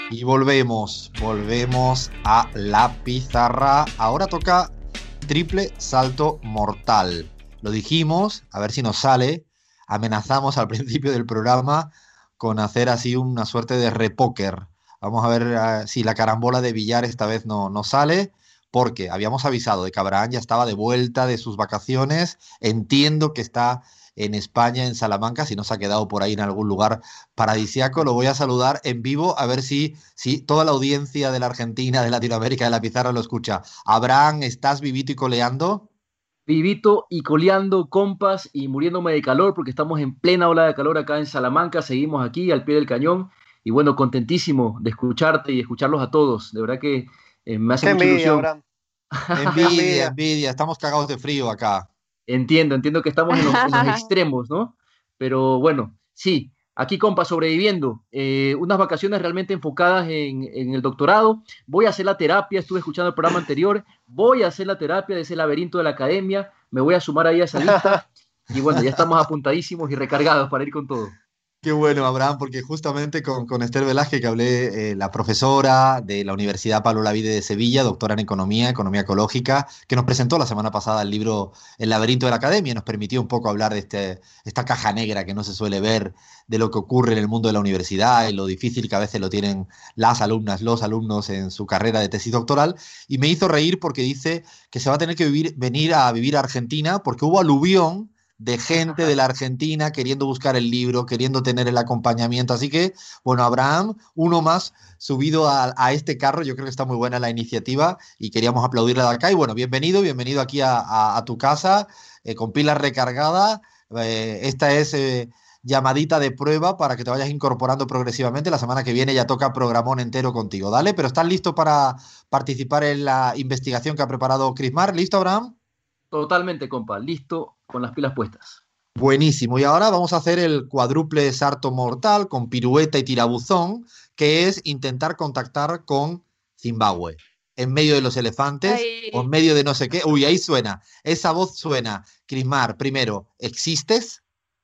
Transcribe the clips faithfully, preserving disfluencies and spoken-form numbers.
Y volvemos, volvemos a la pizarra. Ahora toca triple salto mortal. Lo dijimos, a ver si nos sale. Amenazamos al principio del programa con hacer así una suerte de repóker. Vamos a ver uh, si la carambola de billar esta vez no, no sale, porque habíamos avisado de que Abraham ya estaba de vuelta de sus vacaciones. Entiendo que está en España, en Salamanca, si no se ha quedado por ahí en algún lugar paradisiaco. Lo voy a saludar en vivo a ver si, si toda la audiencia de la Argentina, de Latinoamérica, de la pizarra lo escucha. Abraham, ¿estás vivito y coleando? Vivito y coleando, compas, y muriéndome de calor porque estamos en plena ola de calor acá en Salamanca. Seguimos aquí al pie del cañón y bueno, contentísimo de escucharte y escucharlos a todos. De verdad que eh, me hace Qué mucha envidia, ilusión. Abraham. Qué Envidia, envidia. envidia. Estamos cagados de frío acá. Entiendo, entiendo que estamos en los, en los extremos, ¿no? Pero bueno, sí, aquí, compa, sobreviviendo. Eh, unas vacaciones realmente enfocadas en, en el doctorado. Voy a hacer la terapia, estuve escuchando el programa anterior. Voy a hacer la terapia de ese laberinto de la academia. Me voy a sumar ahí a esa lista. Y bueno, ya estamos apuntadísimos y recargados para ir con todo. Qué bueno, Abraham, porque justamente con, con Esther Velázquez, que hablé, eh, la profesora de la Universidad Pablo Olavide de Sevilla, doctora en Economía, Economía Ecológica, que nos presentó la semana pasada el libro El laberinto de la academia, y nos permitió un poco hablar de este, esta caja negra que no se suele ver, de lo que ocurre en el mundo de la universidad y lo difícil que a veces lo tienen las alumnas, los alumnos en su carrera de tesis doctoral. Y me hizo reír porque dice que se va a tener que vivir, venir a vivir a Argentina porque hubo aluvión de gente de la Argentina queriendo buscar el libro, queriendo tener el acompañamiento. Así que, bueno, Abraham, uno más subido a, a este carro. Yo creo que está muy buena la iniciativa y queríamos aplaudirle de acá. Y bueno, bienvenido, bienvenido aquí a, a, a tu casa, eh, con pilas recargadas. Eh, esta es eh, llamadita de prueba para que te vayas incorporando progresivamente. La semana que viene ya toca programón entero contigo, ¿dale? Pero ¿estás listo para participar en la investigación que ha preparado Crismar? ¿Listo, Abraham? Totalmente, compa. Listo, con las pilas puestas. Buenísimo. Y ahora vamos a hacer el cuádruple salto mortal con pirueta y tirabuzón, que es intentar contactar con Zimbabue. En medio de los elefantes Ay. o en medio de no sé qué. Uy, ahí suena. Esa voz suena. Crismar, primero, ¿existes?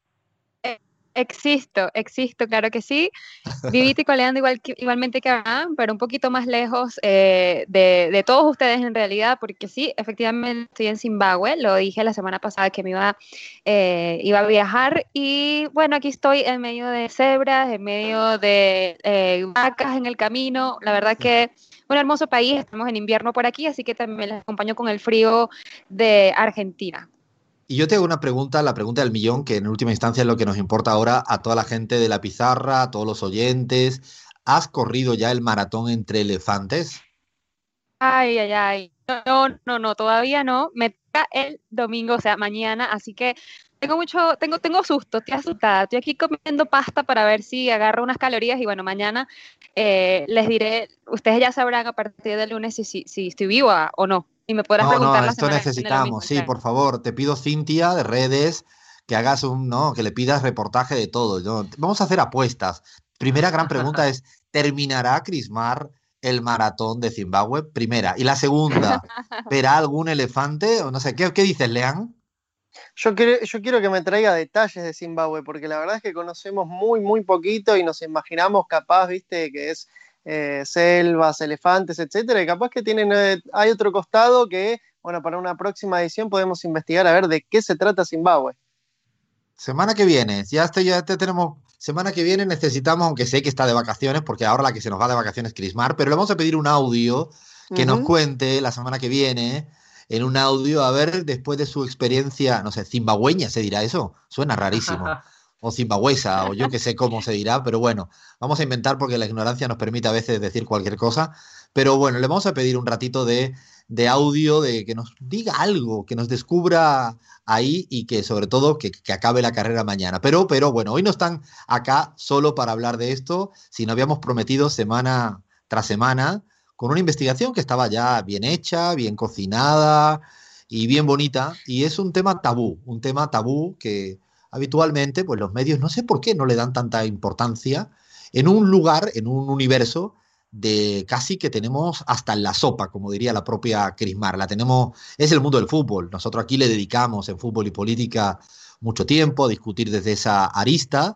Existo, existo, claro que sí. Vivito y coleando igual que, igualmente que Abraham, pero un poquito más lejos eh, de, de todos ustedes en realidad, porque sí, efectivamente estoy en Zimbabue, lo dije la semana pasada que me iba, eh, iba a viajar y bueno, aquí estoy en medio de cebras, en medio de eh, vacas en el camino, la verdad que un hermoso país, estamos en invierno por aquí, así que también les acompaño con el frío de Argentina. Y yo te hago una pregunta, la pregunta del millón, que en última instancia es lo que nos importa ahora a toda la gente de la pizarra, a todos los oyentes. ¿Has corrido ya el maratón entre elefantes? Ay, ay, ay. No, no, no, todavía no. Me toca el domingo, o sea, mañana, así que tengo mucho, tengo, tengo susto, estoy asustada. Estoy aquí comiendo pasta para ver si agarro unas calorías y bueno, mañana eh, les diré, ustedes ya sabrán a partir del lunes si, si, si estoy viva o no. Y me podrás No, no, preguntar la esto semana que viene lo mismo. necesitamos. Sí, Claro. por favor, te pido, Cintia, de redes, que hagas un, ¿no? Que le pidas reportaje de todo, ¿no? Vamos a hacer apuestas. Primera gran pregunta es, ¿terminará Crismar el maratón de Zimbabue? Primera. Y la segunda, ¿verá algún elefante? O no sé, ¿qué, qué dices, Leán? Yo quiero, yo quiero que me traiga detalles de Zimbabue, porque la verdad es que conocemos muy, muy poquito y nos imaginamos capaz, viste, que es eh, selvas, elefantes, etcétera, y capaz que tienen, eh, hay otro costado que, bueno, para una próxima edición podemos investigar a ver de qué se trata Zimbabue. Semana que viene, ya, estoy, ya te tenemos. Semana que viene necesitamos, aunque sé que está de vacaciones, porque ahora la que se nos va de vacaciones es Crismar, pero le vamos a pedir un audio que uh-huh. nos cuente la semana que viene, en un audio, a ver, después de su experiencia, no sé, zimbabueña se dirá eso, suena rarísimo, o zimbabuesa, o yo que sé cómo se dirá, pero bueno, vamos a inventar porque la ignorancia nos permite a veces decir cualquier cosa, pero bueno, le vamos a pedir un ratito de, de audio, de que nos diga algo, que nos descubra ahí y que sobre todo que, que acabe la carrera mañana. Pero, pero bueno, hoy no están acá solo para hablar de esto, sino habíamos prometido semana tras semana con una investigación que estaba ya bien hecha, bien cocinada y bien bonita, y es un tema tabú, un tema tabú que habitualmente pues los medios no sé por qué no le dan tanta importancia en un lugar, en un universo de casi que tenemos hasta en la sopa, como diría la propia Crismar. La tenemos, es el mundo del fútbol. Nosotros aquí le dedicamos en fútbol y política mucho tiempo a discutir desde esa arista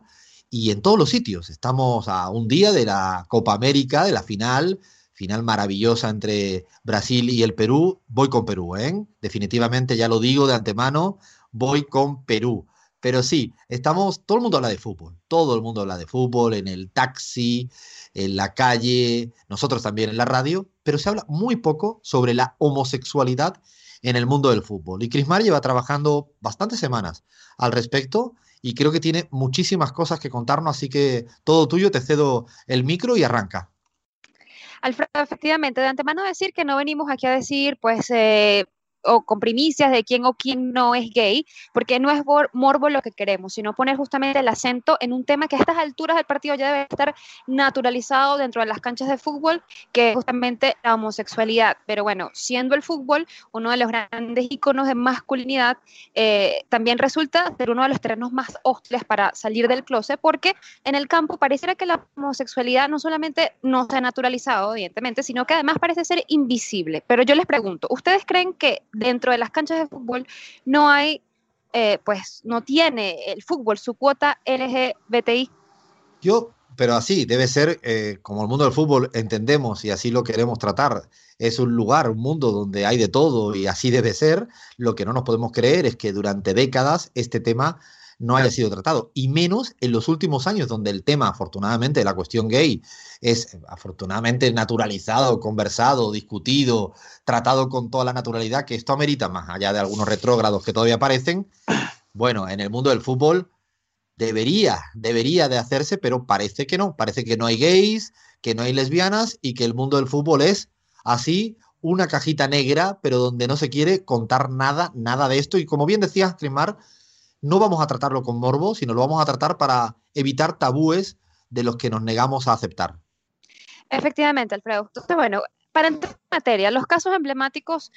y en todos los sitios. Estamos a un día de la Copa América, de la final, final maravillosa entre Brasil y el Perú. Voy con Perú, ¿eh? Definitivamente, ya lo digo de antemano, voy con Perú. Pero sí, estamos, todo el mundo habla de fútbol, todo el mundo habla de fútbol, en el taxi, en la calle, nosotros también en la radio, pero se habla muy poco sobre la homosexualidad en el mundo del fútbol. Y Crismar lleva trabajando bastantes semanas al respecto y creo que tiene muchísimas cosas que contarnos, así que todo tuyo, te cedo el micro y arranca. Alfredo, efectivamente, de antemano decir que no venimos aquí a decir, pues, eh, o con primicias de quién o quién no es gay, porque no es morbo lo que queremos, sino poner justamente el acento en un tema que a estas alturas del partido ya debe estar naturalizado dentro de las canchas de fútbol, que es justamente la homosexualidad. Pero bueno, siendo el fútbol uno de los grandes íconos de masculinidad, eh, también resulta ser uno de los terrenos más hostiles para salir del closet, porque en el campo pareciera que la homosexualidad no solamente no se ha naturalizado, evidentemente, sino que además parece ser invisible. Pero yo les pregunto, ¿ustedes creen que dentro de las canchas de fútbol no hay, eh, pues no tiene el fútbol su cuota L G B T I? Yo, pero así, debe ser, eh, como el mundo del fútbol entendemos y así lo queremos tratar. Es un lugar, un mundo donde hay de todo y así debe ser. Lo que no nos podemos creer es que durante décadas este tema no haya sido tratado, y menos en los últimos años, donde el tema, afortunadamente, de la cuestión gay es afortunadamente naturalizado, conversado, discutido, tratado con toda la naturalidad que esto amerita, más allá de algunos retrógrados que todavía aparecen. Bueno, en el mundo del fútbol debería, debería de hacerse, pero parece que no, parece que no hay gays, que no hay lesbianas y que el mundo del fútbol es así, una cajita negra, pero donde no se quiere contar nada, nada de esto. Y como bien decías, Crismar, no vamos a tratarlo con morbo, sino lo vamos a tratar para evitar tabúes de los que nos negamos a aceptar. Efectivamente, Alfredo. Entonces, bueno, para entrar en materia, los casos emblemáticos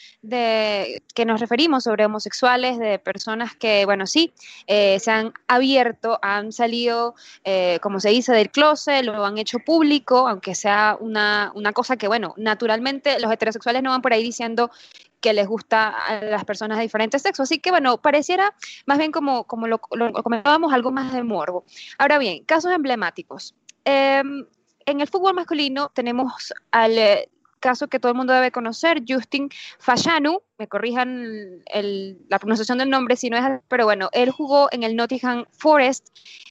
de que nos referimos sobre homosexuales, de personas que, bueno, sí, eh, se han abierto, han salido, eh, como se dice, del closet, lo han hecho público, aunque sea una, una cosa que, bueno, naturalmente los heterosexuales no van por ahí diciendo que les gusta a las personas de diferentes sexos. Así que, bueno, pareciera más bien como, como lo, lo comentábamos, algo más de morbo. Ahora bien, casos emblemáticos. Eh, en el fútbol masculino tenemos al eh, caso que todo el mundo debe conocer, Justin Fashanu, me corrijan el, la pronunciación del nombre si no es, pero bueno, él jugó en el Nottingham Forest.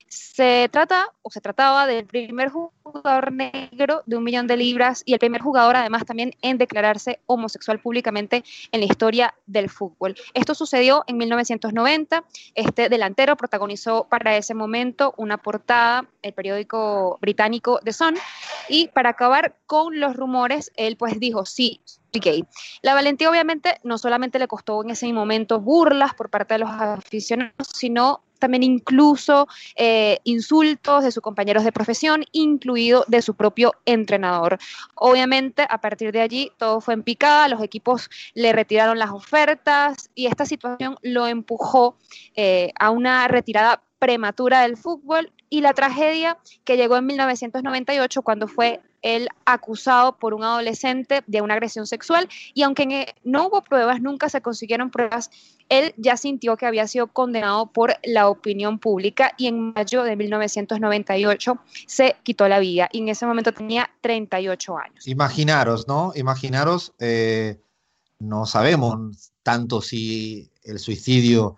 Se trata, o se trataba del primer jugador negro de un millón de libras y el primer jugador además también en declararse homosexual públicamente en la historia del fútbol. Esto sucedió en mil novecientos noventa. Este delantero protagonizó para ese momento una portada, el periódico británico The Sun, y para acabar con los rumores, él pues dijo sí, gay. La valentía obviamente no solamente le costó en ese momento burlas por parte de los aficionados, sino también incluso eh, insultos de sus compañeros de profesión, incluido de su propio entrenador. Obviamente, a partir de allí, todo fue en picada, los equipos le retiraron las ofertas y esta situación lo empujó eh, a una retirada prematura del fútbol y la tragedia que llegó en mil novecientos noventa y ocho cuando fue él acusado por un adolescente de una agresión sexual y aunque no hubo pruebas, nunca se consiguieron pruebas, él ya sintió que había sido condenado por la opinión pública y en mayo de mil novecientos noventa y ocho se quitó la vida y en ese momento tenía treinta y ocho años. Imaginaros, ¿no? Imaginaros, eh, no sabemos tanto si el suicidio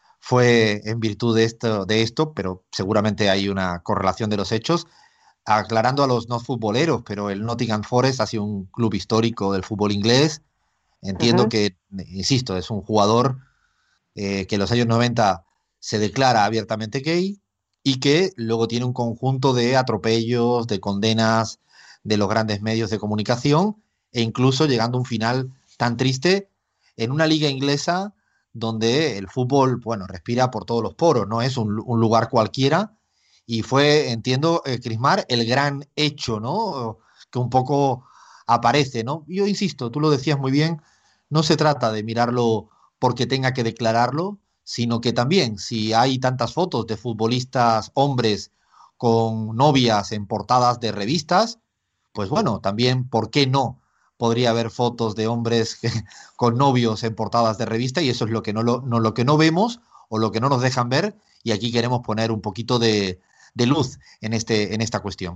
fue en virtud de esto, de esto, pero seguramente hay una correlación de los hechos. Aclarando a los no futboleros, pero el Nottingham Forest ha sido un club histórico del fútbol inglés. Entiendo uh-huh. que, insisto, es un jugador eh, que en los años noventa se declara abiertamente gay y que luego tiene un conjunto de atropellos, de condenas de los grandes medios de comunicación e incluso llegando a un final tan triste en una liga inglesa donde el fútbol, bueno, respira por todos los poros, no es un, un lugar cualquiera. Y fue, entiendo, eh, Crismar, el gran hecho, ¿no? Que un poco aparece, ¿no? Yo insisto, tú lo decías muy bien, no se trata de mirarlo porque tenga que declararlo, sino que también, si hay tantas fotos de futbolistas hombres con novias en portadas de revistas, pues bueno, también, ¿por qué no? Podría haber fotos de hombres que, con novios en portadas de revista y eso es lo que no, lo, no, lo que no vemos o lo que no nos dejan ver y aquí queremos poner un poquito de de luz en, este, en esta cuestión?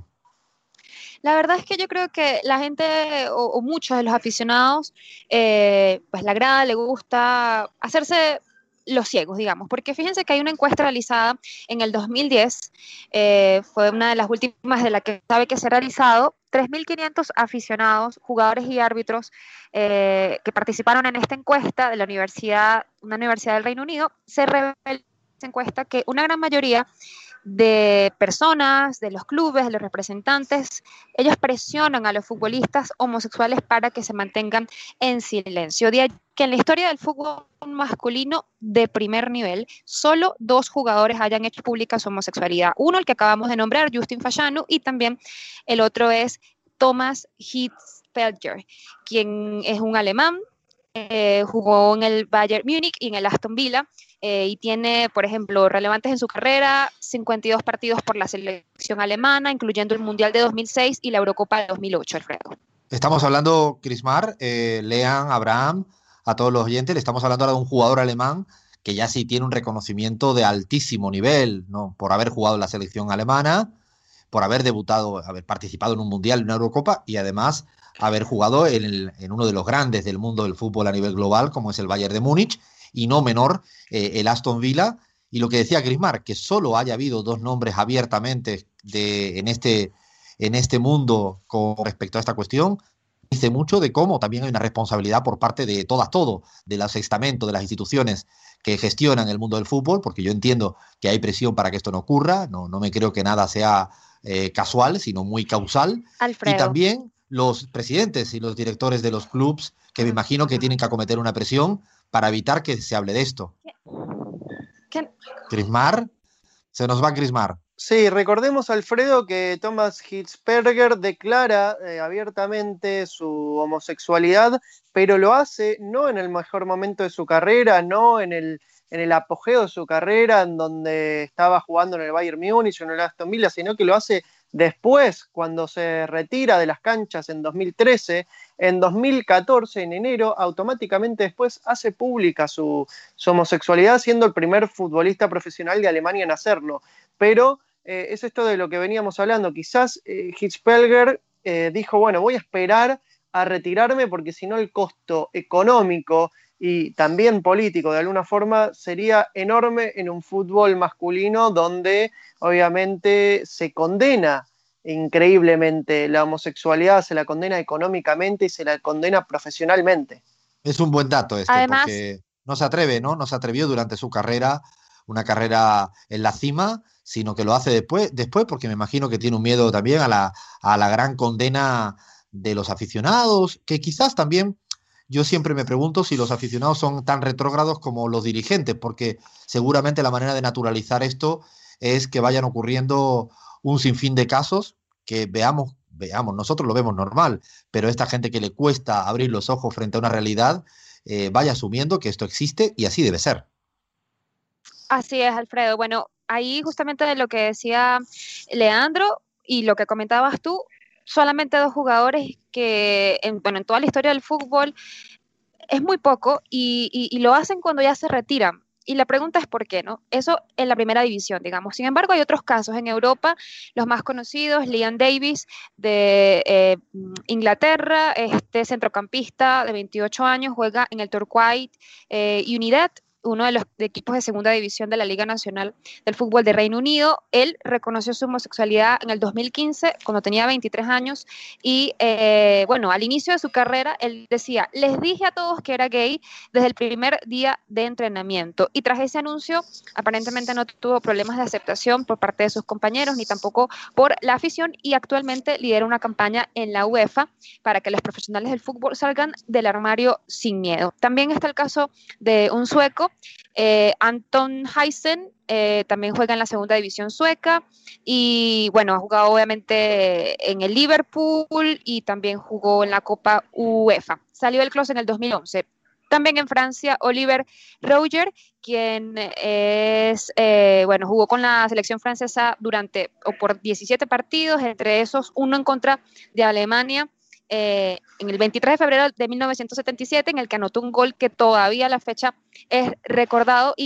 La verdad es que yo creo que la gente o, o muchos de los aficionados, eh, pues la grada le gusta hacerse los ciegos, digamos, porque fíjense que hay una encuesta realizada en el dos mil diez, eh, fue una de las últimas de la que sabe que se ha realizado, tres mil quinientos aficionados, jugadores y árbitros eh, que participaron en esta encuesta de la universidad, una universidad del Reino Unido, se reveló en esta encuesta que una gran mayoría de personas, de los clubes, de los representantes, ellos presionan a los futbolistas homosexuales para que se mantengan en silencio. De ahí que en la historia del fútbol masculino de primer nivel, solo dos jugadores hayan hecho pública su homosexualidad. Uno, el que acabamos de nombrar, Justin Fashanu, y también el otro es Thomas Hitzfeldtjer, quien es un alemán, eh, jugó en el Bayern Múnich y en el Aston Villa, Eh, y tiene, por ejemplo, relevantes en su carrera, cincuenta y dos partidos por la selección alemana, incluyendo el Mundial de dos mil seis y la Eurocopa de dos mil ocho, Alfredo. Estamos hablando, Crismar, eh, Lean, Abraham, a todos los oyentes, le estamos hablando ahora de un jugador alemán que ya sí tiene un reconocimiento de altísimo nivel, ¿no? Por haber jugado en la selección alemana, por haber debutado, haber participado en un Mundial, en una Eurocopa, y además haber jugado en, el, en uno de los grandes del mundo del fútbol a nivel global, como es el Bayern de Múnich, y no menor eh, el Aston Villa. Y lo que decía Crismar, que solo haya habido dos nombres abiertamente de, en, este, en este mundo con respecto a esta cuestión, dice mucho de cómo también hay una responsabilidad por parte de todas, todo, de los estamentos, de las instituciones que gestionan el mundo del fútbol, porque yo entiendo que hay presión para que esto no ocurra, no, no me creo que nada sea eh, casual, sino muy causal. Alfredo. Y también los presidentes y los directores de los clubs, que me imagino que tienen que acometer una presión para evitar que se hable de esto. ¿Qué? Crismar, se nos va Crismar. Sí, recordemos, Alfredo, que Thomas Hitzfeldtjer declara eh, abiertamente su homosexualidad, pero lo hace no en el mejor momento de su carrera, no en el, en el apogeo de su carrera, en donde estaba jugando en el Bayern Múnich o en el Aston Villa, sino que lo hace después, cuando se retira de las canchas en dos mil trece. En dos mil catorce, en enero, automáticamente después hace pública su, su homosexualidad, siendo el primer futbolista profesional de Alemania en hacerlo. Pero eh, es esto de lo que veníamos hablando. Quizás eh, Hitzfeldtjer eh, dijo, bueno, voy a esperar a retirarme porque si no el costo económico y también político de alguna forma sería enorme en un fútbol masculino donde obviamente se condena increíblemente la homosexualidad, se la condena económicamente y se la condena profesionalmente. Es un buen dato este, Además, porque no se atreve, ¿no? No se atrevió durante su carrera, una carrera en la cima, sino que lo hace después, después porque me imagino que tiene un miedo también a la, a la gran condena de los aficionados, que quizás también yo siempre me pregunto si los aficionados son tan retrógrados como los dirigentes, porque seguramente la manera de naturalizar esto es que vayan ocurriendo un sinfín de casos que veamos, veamos, nosotros lo vemos normal, pero esta gente que le cuesta abrir los ojos frente a una realidad, eh, vaya asumiendo que esto existe y así debe ser. Así es, Alfredo. Bueno, ahí justamente de lo que decía Leandro y lo que comentabas tú, solamente dos jugadores que, en, bueno, en toda la historia del fútbol es muy poco y, y, y lo hacen cuando ya se retiran. Y la pregunta es por qué, ¿no? Eso en la primera división, digamos. Sin embargo, hay otros casos en Europa, los más conocidos, Liam Davis de eh, Inglaterra, este centrocampista de veintiocho años, juega en el Torquay eh, United, uno de los de equipos de segunda división de la Liga Nacional del Fútbol de Reino Unido. Él reconoció su homosexualidad en el dos mil quince, cuando tenía veintitrés años, y eh, bueno, al inicio de su carrera, él decía, les dije a todos que era gay desde el primer día de entrenamiento, y tras ese anuncio, aparentemente no tuvo problemas de aceptación por parte de sus compañeros, ni tampoco por la afición, y actualmente lidera una campaña en la UEFA para que los profesionales del fútbol salgan del armario sin miedo. También está el caso de un sueco, Eh, Anton Heisen, eh, también juega en la segunda división sueca y bueno, ha jugado obviamente en el Liverpool y también jugó en la Copa UEFA. Salió del closet en el dos mil once. También en Francia, Oliver Roger, quien es, eh, bueno, jugó con la selección francesa durante o por diecisiete partidos, entre esos uno en contra de Alemania. Eh, en el veintitrés de febrero de mil novecientos setenta y siete, en el que anotó un gol que todavía a la fecha es recordado y que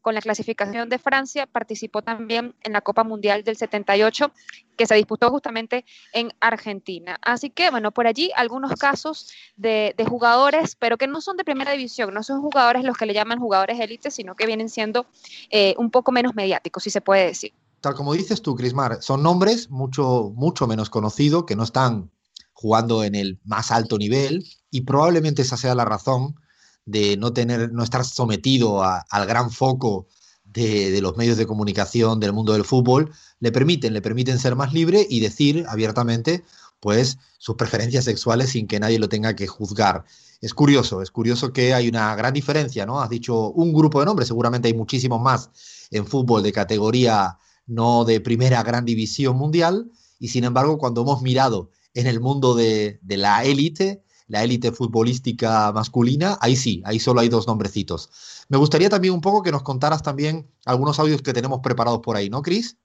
con la clasificación de Francia, participó también en la Copa Mundial del setenta y ocho, que se disputó justamente en Argentina. Así que, bueno, por allí algunos casos de, de jugadores, pero que no son de primera división, no son jugadores los que le llaman jugadores élites, sino que vienen siendo eh, un poco menos mediáticos, si se puede decir. Tal como dices tú, Crismar, son nombres mucho, mucho menos conocidos, que no están jugando en el más alto nivel, y probablemente esa sea la razón de no tener, no estar sometido a, al gran foco de, de los medios de comunicación del mundo del fútbol. Le permiten, le permiten ser más libre y decir abiertamente, pues, sus preferencias sexuales sin que nadie lo tenga que juzgar. Es curioso, es curioso que hay una gran diferencia, ¿no? Has dicho un grupo de nombres, seguramente hay muchísimos más en fútbol de categoría no de primera gran división mundial, y sin embargo, cuando hemos mirado en el mundo de, de la élite, la élite futbolística masculina, ahí sí, ahí solo hay dos nombrecitos. Me gustaría también un poco que nos contaras también algunos audios que tenemos preparados por ahí, ¿no, Cris?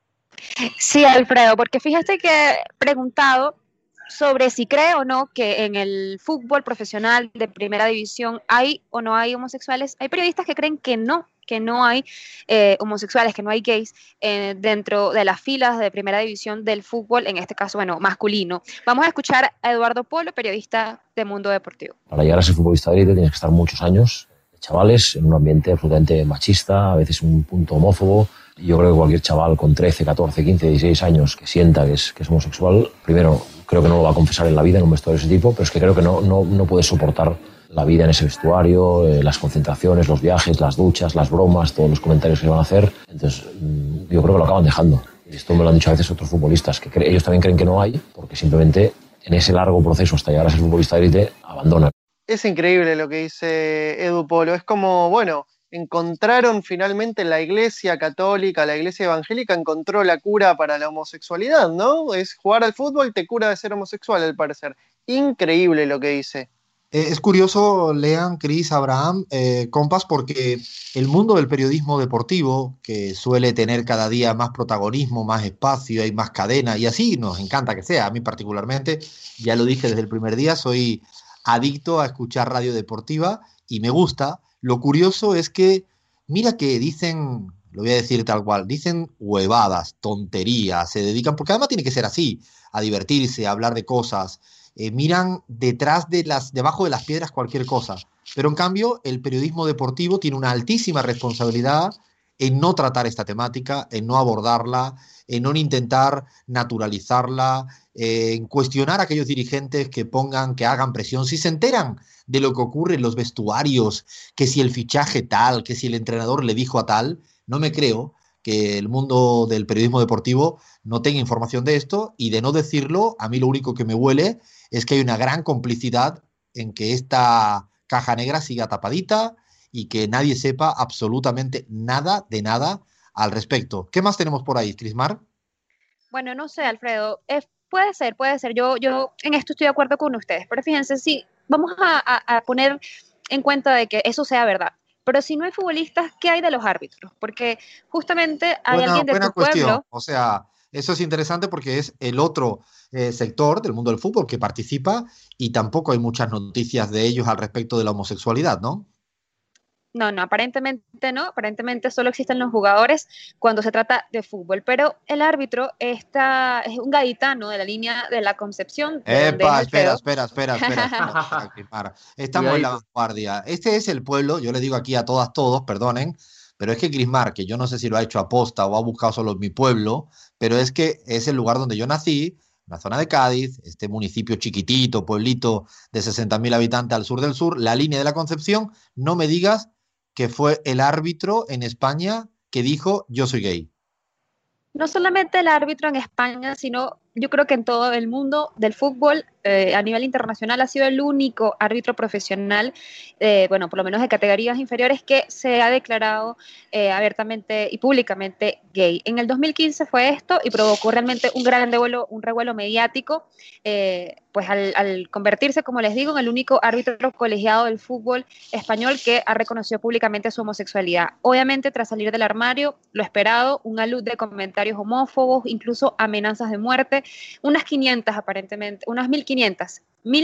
Sí, Alfredo, porque fíjate que he preguntado sobre si cree o no que en el fútbol profesional de primera división hay o no hay homosexuales. Hay periodistas que creen que no, que no hay eh, homosexuales, que no hay gays eh, dentro de las filas de primera división del fútbol, en este caso, bueno, masculino. Vamos a escuchar a Eduardo Polo, periodista de Mundo Deportivo. Para llegar a ser futbolista de élite tienes que estar muchos años de chavales en un ambiente absolutamente machista, a veces un punto homófobo. Yo creo que cualquier chaval con trece, catorce, quince, dieciséis años que sienta que es, que es homosexual, primero, creo que no lo va a confesar en la vida en un vestuario de ese tipo, pero es que creo que no, no, no puede soportar la vida en ese vestuario, eh, las concentraciones, los viajes, las duchas, las bromas, todos los comentarios que le van a hacer. Entonces, yo creo que lo acaban dejando. Y esto me lo han dicho a veces otros futbolistas, que ellos también creen que no hay, porque simplemente en ese largo proceso hasta llegar a ser futbolista de élite, abandonan. Es increíble lo que dice Edu Polo. Es como, bueno, encontraron finalmente la iglesia católica, la iglesia evangélica encontró la cura para la homosexualidad, ¿no? Es jugar al fútbol te cura de ser homosexual, al parecer. Increíble lo que dice. Es curioso, Lean, Cris, Abraham, eh, compas, porque el mundo del periodismo deportivo, que suele tener cada día más protagonismo, más espacio, hay más cadena, y así nos encanta que sea. A mí particularmente, ya lo dije desde el primer día, soy adicto a escuchar radio deportiva y me gusta. Lo curioso es que, mira que dicen, lo voy a decir tal cual, dicen huevadas, tonterías, se dedican, porque además tiene que ser así, a divertirse, a hablar de cosas. Eh, miran detrás de las, debajo de las piedras cualquier cosa. Pero en cambio, el periodismo deportivo tiene una altísima responsabilidad en no tratar esta temática, en no abordarla, en no intentar naturalizarla, eh, en cuestionar a aquellos dirigentes que pongan, que hagan presión. Si se enteran de lo que ocurre en los vestuarios, que si el fichaje tal, que si el entrenador le dijo a tal, no me creo que el mundo del periodismo deportivo no tenga información de esto, y de no decirlo, a mí lo único que me huele es que hay una gran complicidad en que esta caja negra siga tapadita y que nadie sepa absolutamente nada de nada al respecto. ¿Qué más tenemos por ahí, Crismar? Bueno, no sé, Alfredo, eh, puede ser, puede ser, yo, yo en esto estoy de acuerdo con ustedes, pero fíjense, sí, vamos a, a, a poner en cuenta de que eso sea verdad. Pero si no hay futbolistas, ¿qué hay de los árbitros? Porque justamente hay buena, alguien de buena tu cuestión. pueblo. O sea, eso es interesante porque es el otro eh, sector del mundo del fútbol que participa, y tampoco hay muchas noticias de ellos al respecto de la homosexualidad, ¿no? No, no, aparentemente no, aparentemente solo existen los jugadores cuando se trata de fútbol, pero el árbitro está, es un gaditano de la línea de la Concepción. De Epa, espera, espera, espera, espera, espera, espera, Crismar. Estamos en la Cuidadito. vanguardia. Este es el pueblo, yo le digo aquí a todas, todos, perdonen, pero es que Crismar, que yo no sé si lo ha hecho aposta o ha buscado solo en mi pueblo, pero es que es el lugar donde yo nací, la zona de Cádiz, este municipio chiquitito, pueblito de sesenta mil habitantes al sur del sur, la línea de la Concepción. No me digas que fue el árbitro en España que dijo yo soy gay. No solamente el árbitro en España, sino yo creo que en todo el mundo del fútbol, eh, a nivel internacional, ha sido el único árbitro profesional, eh, bueno, por lo menos de categorías inferiores, que se ha declarado eh, abiertamente y públicamente gay. En el dos mil quince fue esto y provocó realmente un gran revuelo, un revuelo mediático, eh, pues al, al convertirse, como les digo, en el único árbitro colegiado del fútbol español que ha reconocido públicamente su homosexualidad. Obviamente, tras salir del armario, lo esperado, un alud de comentarios homófobos, incluso amenazas de muerte, unas quinientas aparentemente, unas mil quinientas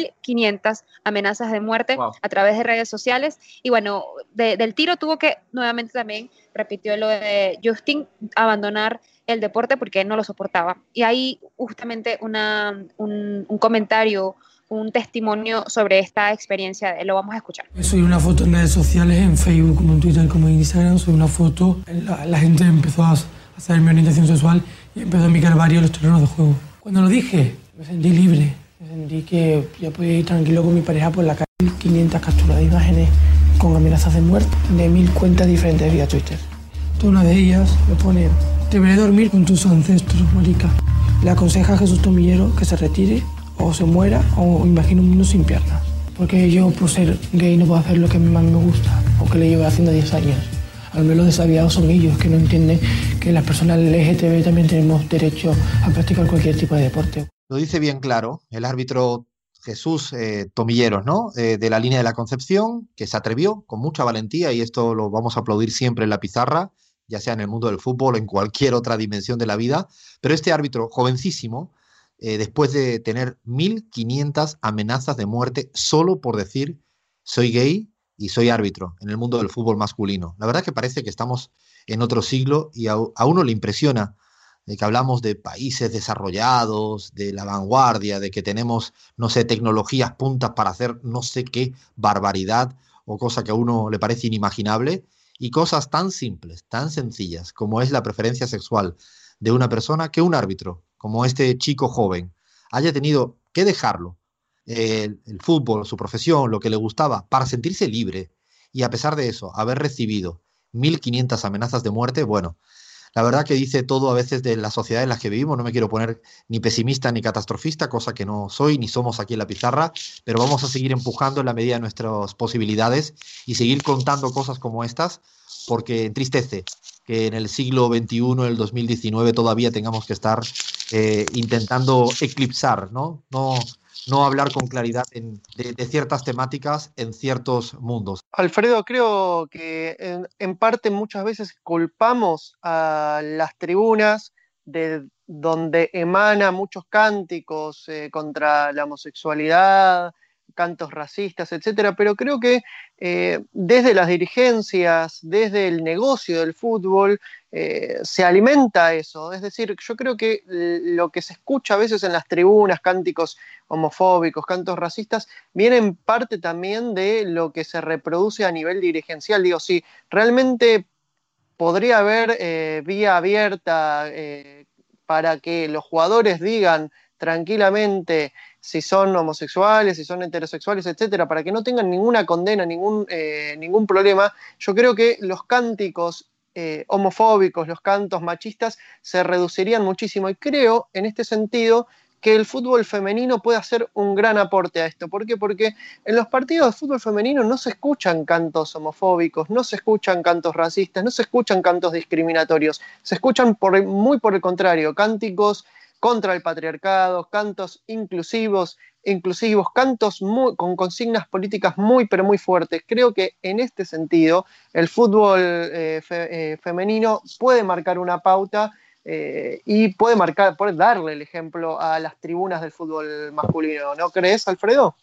amenazas de muerte wow. a través de redes sociales. Y bueno, de, del tiro tuvo que, nuevamente también, repitió lo de Justin, abandonar el deporte porque no lo soportaba. Y ahí justamente una, un, un comentario, un testimonio sobre esta experiencia, lo vamos a escuchar. Subí una foto en redes sociales, en Facebook, como en Twitter, como en Instagram, subí una foto, la, la gente empezó a saber mi orientación sexual y empezó mi calvario en los terrenos de juego. Cuando lo dije, me sentí libre, me sentí que ya podía ir tranquilo con mi pareja por la calle. quinientas capturas de imágenes con amenazas de muerte de mil cuentas diferentes vía Twitter. Una de ellas me pone: deberé dormir con tus ancestros, marica. Le aconseja a Jesús Tomillero que se retire o se muera o imagine un mundo sin piernas. Porque yo, por ser gay, no puedo hacer lo que a mí más me gusta, aunque lo llevo haciendo diez años. Al menos los desaviados son ellos, que no entienden que las personas L G T B también tenemos derecho a practicar cualquier tipo de deporte. Lo dice bien claro el árbitro Jesús eh, Tomilleros, ¿no? Eh, de la línea de la Concepción, que se atrevió con mucha valentía, y esto lo vamos a aplaudir siempre en la pizarra, ya sea en el mundo del fútbol o en cualquier otra dimensión de la vida, pero este árbitro jovencísimo, eh, después de tener mil quinientas amenazas de muerte solo por decir soy gay y soy árbitro en el mundo del fútbol masculino. La verdad que parece que estamos en otro siglo y a, a uno le impresiona de que hablamos de países desarrollados, de la vanguardia, de que tenemos, no sé, tecnologías puntas para hacer no sé qué barbaridad o cosa que a uno le parece inimaginable, y cosas tan simples, tan sencillas como es la preferencia sexual de una persona, que un árbitro, como este chico joven, haya tenido que dejarlo, eh, el, el fútbol, su profesión, lo que le gustaba, para sentirse libre, y a pesar de eso, haber recibido mil quinientas amenazas de muerte. Bueno, la verdad que dice todo a veces de la sociedad en la que vivimos. No me quiero poner ni pesimista ni catastrofista, cosa que no soy ni somos aquí en la pizarra, pero vamos a seguir empujando en la medida de nuestras posibilidades y seguir contando cosas como estas, porque entristece que en el siglo veintiuno, en el dos mil diecinueve, todavía tengamos que estar eh, intentando eclipsar, ¿no? No, no hablar con claridad en, de, de ciertas temáticas en ciertos mundos. Alfredo, creo que en, en parte muchas veces culpamos a las tribunas de donde emana muchos cánticos eh, contra la homosexualidad, cantos racistas, etcétera, pero creo que eh, desde las dirigencias, desde el negocio del fútbol, eh, se alimenta eso. Es decir, yo creo que lo que se escucha a veces en las tribunas, cánticos homofóbicos, cantos racistas, viene en parte también de lo que se reproduce a nivel dirigencial. Digo, si realmente podría haber eh, vía abierta eh, para que los jugadores digan tranquilamente si son homosexuales, si son heterosexuales, etcétera, para que no tengan ninguna condena, ningún, eh, ningún problema, yo creo que los cánticos eh, homofóbicos, los cantos machistas se reducirían muchísimo, y creo en este sentido que el fútbol femenino puede hacer un gran aporte a esto. ¿Por qué? Porque en los partidos de fútbol femenino no se escuchan cantos homofóbicos, no se escuchan cantos racistas, no se escuchan cantos discriminatorios, se escuchan por, muy por el contrario, cánticos contra el patriarcado, cantos inclusivos, inclusivos, cantos muy, con consignas políticas muy, pero muy fuertes. Creo que en este sentido el fútbol eh, fe, eh, femenino puede marcar una pauta eh, y puede marcar, puede darle el ejemplo a las tribunas del fútbol masculino. ¿No crees, Alfredo?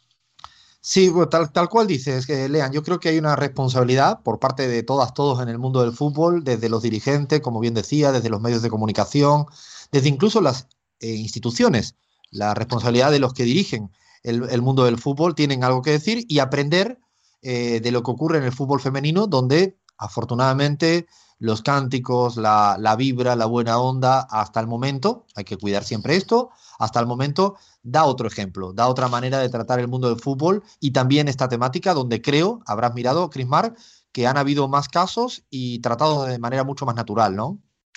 Sí, bueno, tal, tal cual dices, que Lean, yo creo que hay una responsabilidad por parte de todas, todos en el mundo del fútbol, desde los dirigentes, como bien decía, desde los medios de comunicación, desde incluso las Eh, instituciones. La responsabilidad de los que dirigen el, el mundo del fútbol, tienen algo que decir y aprender eh, de lo que ocurre en el fútbol femenino, donde afortunadamente los cánticos, la, la vibra, la buena onda, hasta el momento, hay que cuidar siempre esto, hasta el momento da otro ejemplo, da otra manera de tratar el mundo del fútbol, y también esta temática donde creo, habrás mirado, Crismar, que han habido más casos y tratados de manera mucho más natural, ¿no?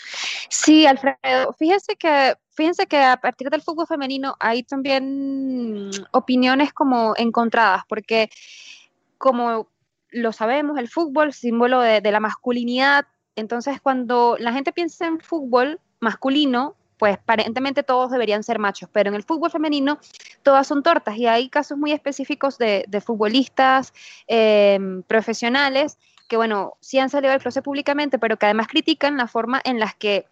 Sí, Alfredo, fíjense que, fíjense que a partir del fútbol femenino hay también opiniones como encontradas, porque como lo sabemos, el fútbol es símbolo de, de la masculinidad. Entonces cuando la gente piensa en fútbol masculino, pues aparentemente todos deberían ser machos, pero en el fútbol femenino todas son tortas, y hay casos muy específicos de, de futbolistas eh, profesionales que, bueno, sí han salido del closet públicamente, pero que además critican la forma en las que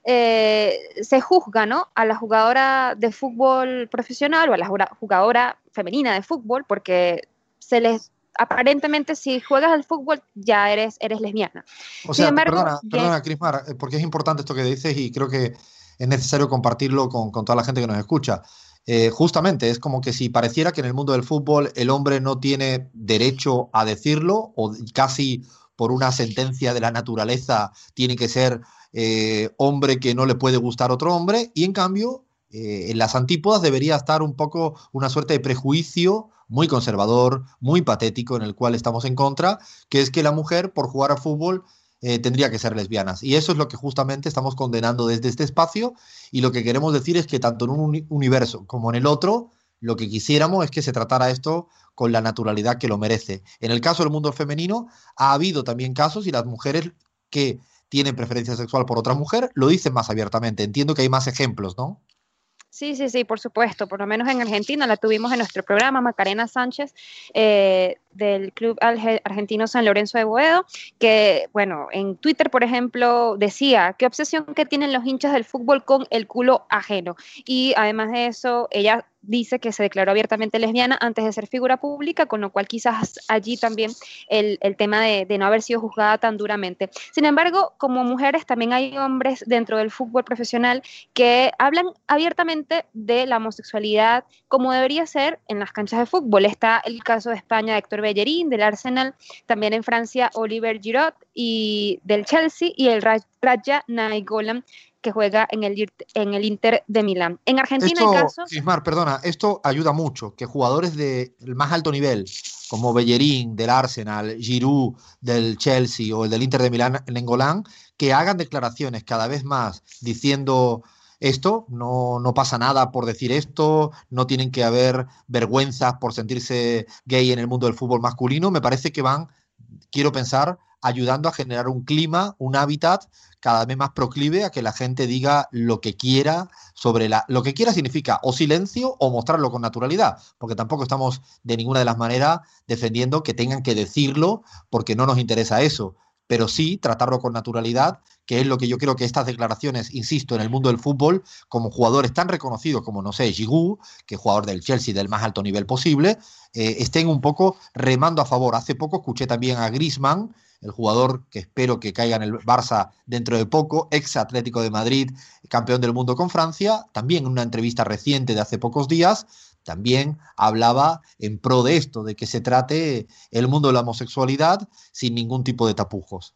eh, se juzga, ¿no?, a la jugadora de fútbol profesional o a la jugadora femenina de fútbol porque se les aparentemente si juegas al fútbol ya eres, eres lesbiana. O sea, Sin embargo, perdona, bien... perdona, Crismar, porque es importante esto que dices y creo que es necesario compartirlo con, con toda la gente que nos escucha. Eh, justamente, es como que si pareciera que en el mundo del fútbol el hombre no tiene derecho a decirlo o casi por una sentencia de la naturaleza tiene que ser eh, hombre que no le puede gustar otro hombre y en cambio eh, en las antípodas debería estar un poco una suerte de prejuicio muy conservador, muy patético en el cual estamos en contra, que es que la mujer por jugar a fútbol Eh, tendría que ser lesbianas. Y eso es lo que justamente estamos condenando desde este espacio y lo que queremos decir es que tanto en un uni- universo como en el otro, lo que quisiéramos es que se tratara esto con la naturalidad que lo merece. En el caso del mundo femenino, ha habido también casos y las mujeres que tienen preferencia sexual por otra mujer lo dicen más abiertamente. Entiendo que hay más ejemplos, ¿no? Sí, sí, sí, por supuesto. Por lo menos en Argentina la tuvimos en nuestro programa, Macarena Sánchez, eh, del Club Argentino San Lorenzo de Boedo, que, bueno, en Twitter, por ejemplo, decía, qué obsesión que tienen los hinchas del fútbol con el culo ajeno. Y además de eso, ella dice que se declaró abiertamente lesbiana antes de ser figura pública, con lo cual quizás allí también el, el tema de, de no haber sido juzgada tan duramente. Sin embargo, como mujeres también hay hombres dentro del fútbol profesional que hablan abiertamente de la homosexualidad como debería ser en las canchas de fútbol. Está el caso de España, Héctor Bellerín, del Arsenal, también en Francia, Oliver Giroud, y del Chelsea, y el Raja Nainggolan, que juega en el, en el Inter de Milán. En Argentina esto, hay casos... Crismar, perdona, esto ayuda mucho, que jugadores del más alto nivel, como Bellerín del Arsenal, Giroud del Chelsea o el del Inter de Milán, Nainggolan, que hagan declaraciones cada vez más diciendo esto, no, no pasa nada por decir esto, no tienen que haber vergüenzas por sentirse gay en el mundo del fútbol masculino, me parece que van, quiero pensar, ayudando a generar un clima, un hábitat cada vez más proclive a que la gente diga lo que quiera sobre la... Lo que quiera significa o silencio o mostrarlo con naturalidad, porque tampoco estamos de ninguna de las maneras defendiendo que tengan que decirlo porque no nos interesa eso, pero sí tratarlo con naturalidad, que es lo que yo creo que estas declaraciones, insisto, en el mundo del fútbol, como jugadores tan reconocidos como, no sé, Giroud, que es jugador del Chelsea del más alto nivel posible, eh, estén un poco remando a favor. Hace poco escuché también a Griezmann, el jugador que espero que caiga en el Barça dentro de poco, ex Atlético de Madrid, campeón del mundo con Francia, también en una entrevista reciente de hace pocos días, también hablaba en pro de esto, de que se trate el mundo de la homosexualidad sin ningún tipo de tapujos.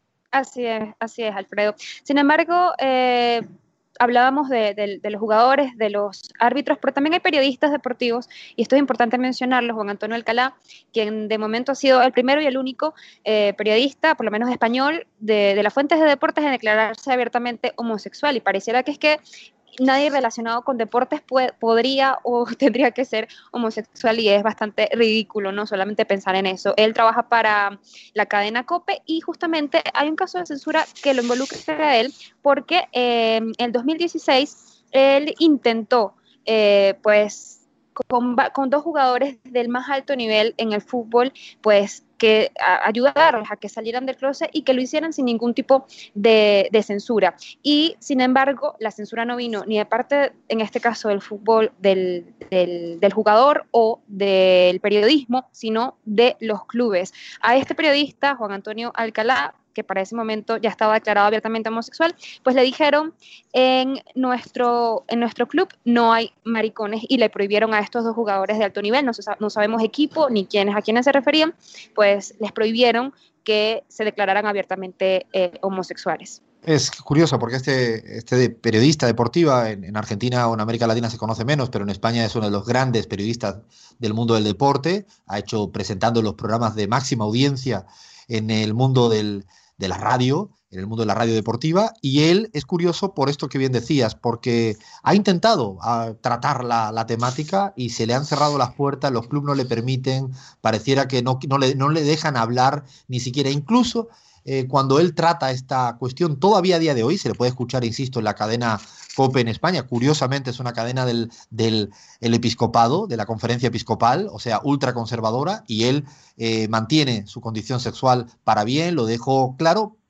Así es, así es, Alfredo. Sin embargo, eh, hablábamos de, de, de los jugadores, de los árbitros, pero también hay periodistas deportivos, y esto es importante mencionarlo. Juan Antonio Alcalá, quien de momento ha sido el primero y el único eh, periodista, por lo menos español, de, de las fuentes de deportes en declararse abiertamente homosexual, y pareciera que es que nadie relacionado con deportes puede, podría o tendría que ser homosexual, y es bastante ridículo, ¿no? Solamente pensar en eso. Él trabaja para la cadena COPE y justamente hay un caso de censura que lo involucra a él porque eh, en el dos mil dieciséis él intentó, eh, pues, con, con dos jugadores del más alto nivel en el fútbol, pues, que a, ayudarlos a que salieran del closet y que lo hicieran sin ningún tipo de, de censura. Y, sin embargo, la censura no vino ni de parte, en este caso, del fútbol, del, del, del jugador o del periodismo, sino de los clubes. A este periodista, Juan Antonio Alcalá, que para ese momento ya estaba declarado abiertamente homosexual, pues le dijeron, en nuestro, en nuestro club no hay maricones, y le prohibieron a estos dos jugadores de alto nivel, no, no sabemos equipo ni quiénes, a quiénes se referían, pues les prohibieron que se declararan abiertamente eh, homosexuales. Es curioso porque este, este periodista deportiva en, en Argentina o en América Latina se conoce menos, pero en España es uno de los grandes periodistas del mundo del deporte, ha hecho presentando los programas de máxima audiencia en el mundo del de la radio, en el mundo de la radio deportiva, y él es curioso por esto que bien decías, porque ha intentado a, tratar la, la temática y se le han cerrado las puertas, los clubes no le permiten, pareciera que no, no, le, no le dejan hablar ni siquiera, incluso eh, cuando él trata esta cuestión, todavía a día de hoy, se le puede escuchar, insisto, en la cadena COPE en España, curiosamente es una cadena del, del el episcopado, de la conferencia episcopal, o sea, ultraconservadora, y él eh, mantiene su condición sexual para bien, lo dejó claro,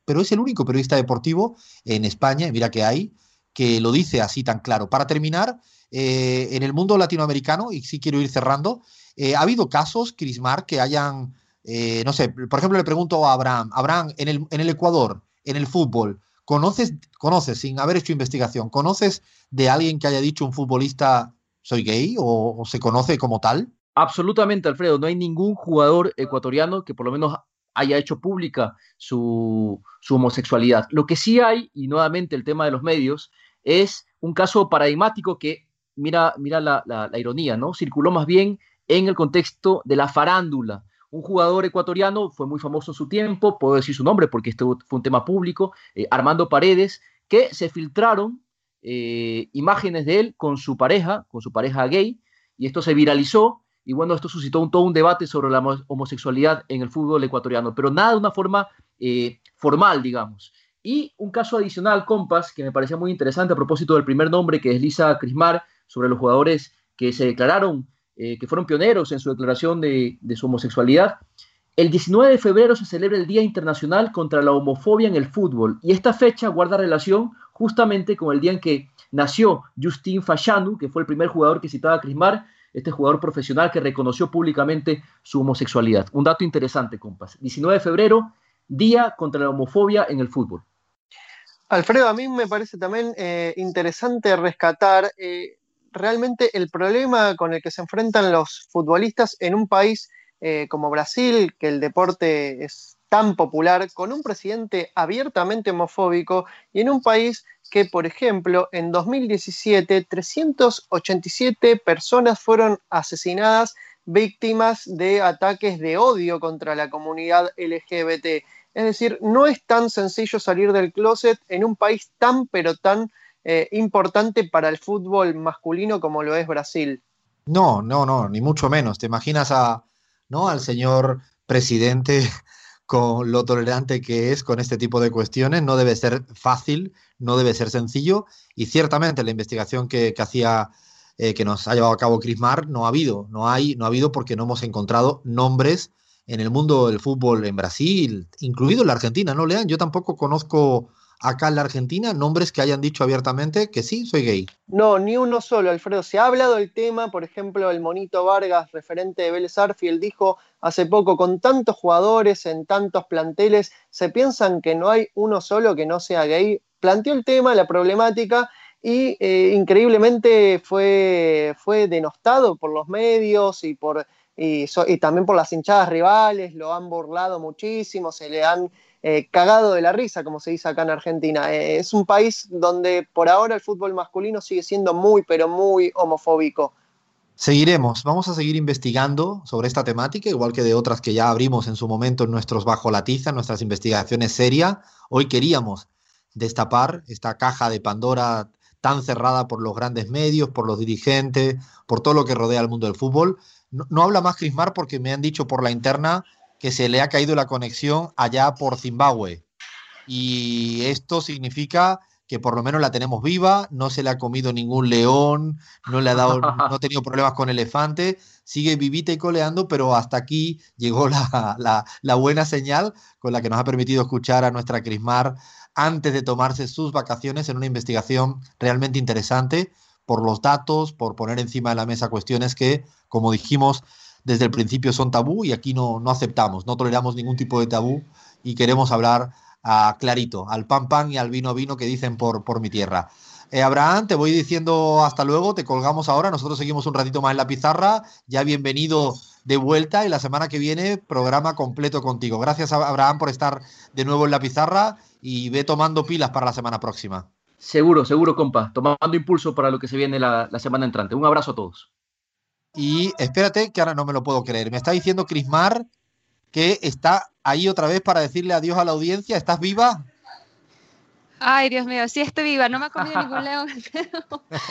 pero es el único periodista deportivo en España, y mira que hay, que lo dice así tan claro. Para terminar, eh, en el mundo latinoamericano, y sí quiero ir cerrando, eh, ¿ha habido casos, Crismar, que hayan, eh, no sé, por ejemplo, le pregunto a Abraham, Abraham, en el, en el Ecuador, en el fútbol, ¿conoces, conoces, sin haber hecho investigación, conoces de alguien que haya dicho un futbolista soy gay o, o se conoce como tal? Absolutamente, Alfredo. No hay ningún jugador ecuatoriano que por lo menos haya hecho pública su, su homosexualidad. Lo que sí hay, y nuevamente el tema de los medios, es un caso paradigmático que, mira, mira la, la, la ironía, ¿no? Circuló más bien en el contexto de la farándula. Un jugador ecuatoriano, fue muy famoso en su tiempo, puedo decir su nombre porque esto fue un tema público, eh, Armando Paredes, que se filtraron eh, imágenes de él con su pareja, con su pareja gay, y esto se viralizó. Y bueno, esto suscitó un, todo un debate sobre la homosexualidad en el fútbol ecuatoriano, pero nada de una forma eh, formal, digamos. Y un caso adicional, compas, que me parecía muy interesante a propósito del primer nombre que desliza Crismar sobre los jugadores que se declararon, eh, que fueron pioneros en su declaración de, de su homosexualidad. El diecinueve de febrero se celebra el Día Internacional contra la Homofobia en el Fútbol, y esta fecha guarda relación justamente con el día en que nació Justin Fashanu, que fue el primer jugador que citaba Crismar, este jugador profesional que reconoció públicamente su homosexualidad. Un dato interesante, compas. diecinueve de febrero, Día contra la Homofobia en el Fútbol. Alfredo, a mí me parece también eh, interesante rescatar eh, realmente el problema con el que se enfrentan los futbolistas en un país eh, como Brasil, que el deporte es tan popular, con un presidente abiertamente homofóbico, y en un país que, por ejemplo, en dos mil diecisiete, trescientas ochenta y siete personas fueron asesinadas víctimas de ataques de odio contra la comunidad L G B T. Es decir, no es tan sencillo salir del closet en un país tan, pero tan eh, importante para el fútbol masculino como lo es Brasil. No, no, no, ni mucho menos. ¿Te imaginas a, ¿no? al señor presidente con lo tolerante que es con este tipo de cuestiones? No debe ser fácil, no debe ser sencillo, y ciertamente la investigación que, que hacía, eh, que nos ha llevado a cabo Crismar, no ha habido, no hay, no ha habido porque no hemos encontrado nombres en el mundo del fútbol en Brasil, incluido en la Argentina, ¿no, Lean? Yo tampoco conozco acá en la Argentina nombres que hayan dicho abiertamente que sí, soy gay. No, ni uno solo, Alfredo. Se ha hablado del tema, por ejemplo, el Monito Vargas, referente de Vélez Arfield, dijo hace poco, con tantos jugadores en tantos planteles, ¿se piensan que no hay uno solo que no sea gay? Planteó el tema, la problemática, y eh, increíblemente fue, fue denostado por los medios y, por, y, so, y también por las hinchadas rivales, lo han burlado muchísimo, se le han eh, cagado de la risa, como se dice acá en Argentina. Eh, es un país donde por ahora el fútbol masculino sigue siendo muy, pero muy homofóbico. Seguiremos, vamos a seguir investigando sobre esta temática, igual que de otras que ya abrimos en su momento en nuestros Bajo la Tiza, en nuestras investigaciones serias. Hoy queríamos destapar esta caja de Pandora tan cerrada por los grandes medios, por los dirigentes, por todo lo que rodea al mundo del fútbol. No, no habla más Crismar porque me han dicho por la interna que se le ha caído la conexión allá por Zimbabue. Y esto significa que por lo menos la tenemos viva, no se le ha comido ningún león, no le ha dado, no ha tenido problemas con elefantes, sigue vivita y coleando, pero hasta aquí llegó la, la, la buena señal con la que nos ha permitido escuchar a nuestra Crismar antes de tomarse sus vacaciones en una investigación realmente interesante por los datos, por poner encima de la mesa cuestiones que, como dijimos desde el principio, son tabú, y aquí no, no aceptamos, no toleramos ningún tipo de tabú y queremos hablar a clarito, al pan pan y al vino vino que dicen por, por mi tierra. Eh, Abraham, te voy diciendo hasta luego, te colgamos ahora, nosotros seguimos un ratito más en la pizarra, ya bienvenido de vuelta, y la semana que viene programa completo contigo. Gracias, Abraham, por estar de nuevo en la pizarra, y ve tomando pilas para la semana próxima. Seguro, seguro, compa, tomando impulso para lo que se viene la, la semana entrante. Un abrazo a todos. Y espérate, que ahora no me lo puedo creer, me está diciendo Crismar que está ahí otra vez para decirle adiós a la audiencia. ¿Estás viva? Ay, Dios mío, sí estoy viva, no me ha comido ningún león.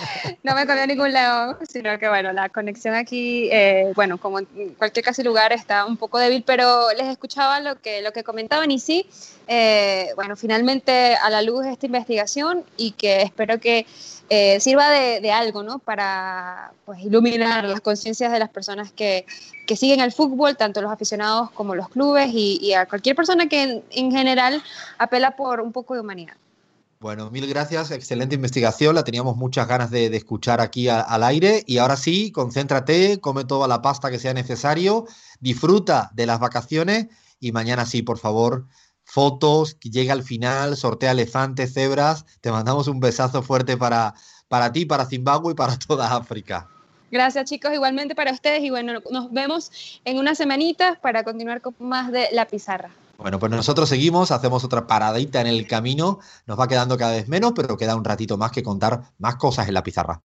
No me comió ningún león, sino que bueno, la conexión aquí, eh, bueno, como en cualquier casi lugar está un poco débil, pero les escuchaba lo que, lo que comentaban y sí, eh, bueno, finalmente a la luz de esta investigación y que espero que eh, sirva de, de algo, ¿no? Para pues, iluminar las conciencias de las personas que, que siguen el fútbol, tanto los aficionados como los clubes y, y a cualquier persona que en, en general apela por un poco de humanidad. Bueno, mil gracias, excelente investigación, la teníamos muchas ganas de, de escuchar aquí a, al aire y ahora sí, concéntrate, come toda la pasta que sea necesario, disfruta de las vacaciones y mañana sí, por favor, fotos, que llegue al final, sortea elefantes, cebras, te mandamos un besazo fuerte para, para ti, para Zimbabue y para toda África. Gracias chicos, igualmente para ustedes y bueno, nos vemos en unas semanitas para continuar con más de La Pizarra. Bueno, pues nosotros seguimos, hacemos otra paradita en el camino, nos va quedando cada vez menos, pero queda un ratito más que contar más cosas en La Pizarra.